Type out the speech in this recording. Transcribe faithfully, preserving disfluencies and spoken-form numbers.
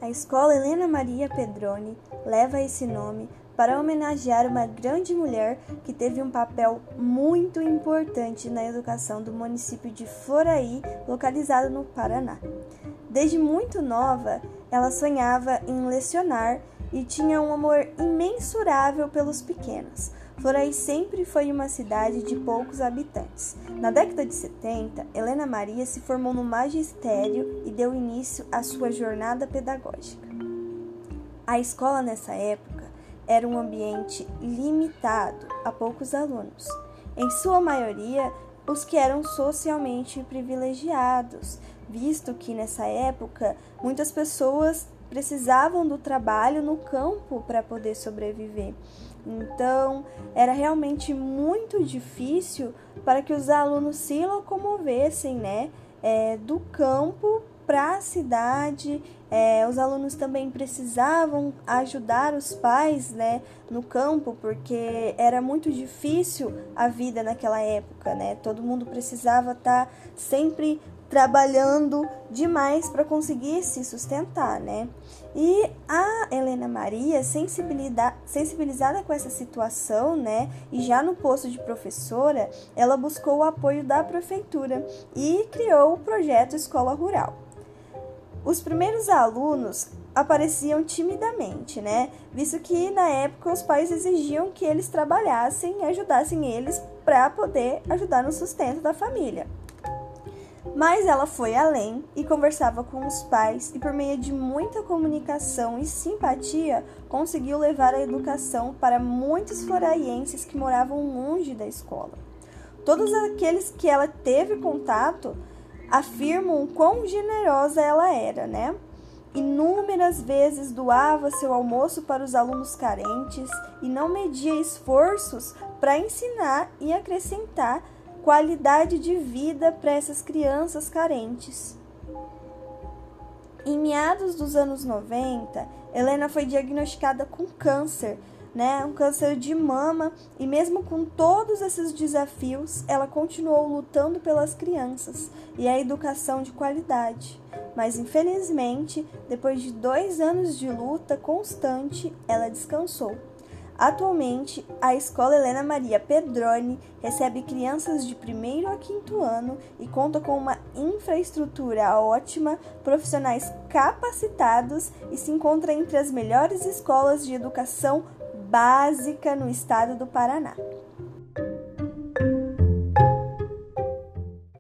A Escola Helena Maria Pedroni leva esse nome para homenagear uma grande mulher que teve um papel muito importante na educação do município de Floraí, localizado no Paraná. Desde muito nova, ela sonhava em lecionar e tinha um amor imensurável pelos pequenos. Floraí sempre foi uma cidade de poucos habitantes. Na década de setenta, Helena Maria se formou no magistério e deu início à sua jornada pedagógica. A escola nessa época era um ambiente limitado a poucos alunos, em sua maioria os que eram socialmente privilegiados, visto que nessa época muitas pessoas precisavam do trabalho no campo para poder sobreviver. Então, era realmente muito difícil para que os alunos se locomovessem, né, é, do campo para a cidade. É, os alunos também precisavam ajudar os pais, né, no campo, porque era muito difícil a vida naquela época, né? Todo mundo precisava estar sempre trabalhando demais para conseguir se sustentar, né? E a Helena Maria, sensibilizada com essa situação, né, e já no posto de professora, ela buscou o apoio da prefeitura e criou o projeto Escola Rural. Os primeiros alunos apareciam timidamente, né, visto que na época os pais exigiam que eles trabalhassem e ajudassem eles para poder ajudar no sustento da família. Mas ela foi além e conversava com os pais e, por meio de muita comunicação e simpatia, conseguiu levar a educação para muitos floraienses que moravam longe da escola. Todos aqueles que ela teve contato afirmam quão generosa ela era, né? Inúmeras vezes doava seu almoço para os alunos carentes e não media esforços para ensinar e acrescentar qualidade de vida para essas crianças carentes. Em meados dos anos noventa, Helena foi diagnosticada com câncer, né, um câncer de mama, e mesmo com todos esses desafios, ela continuou lutando pelas crianças e a educação de qualidade. Mas, infelizmente, depois de dois anos de luta constante, ela descansou. Atualmente, a Escola Helena Maria Pedroni recebe crianças de primeiro a quinto ano e conta com uma infraestrutura ótima, profissionais capacitados e se encontra entre as melhores escolas de educação básica no estado do Paraná.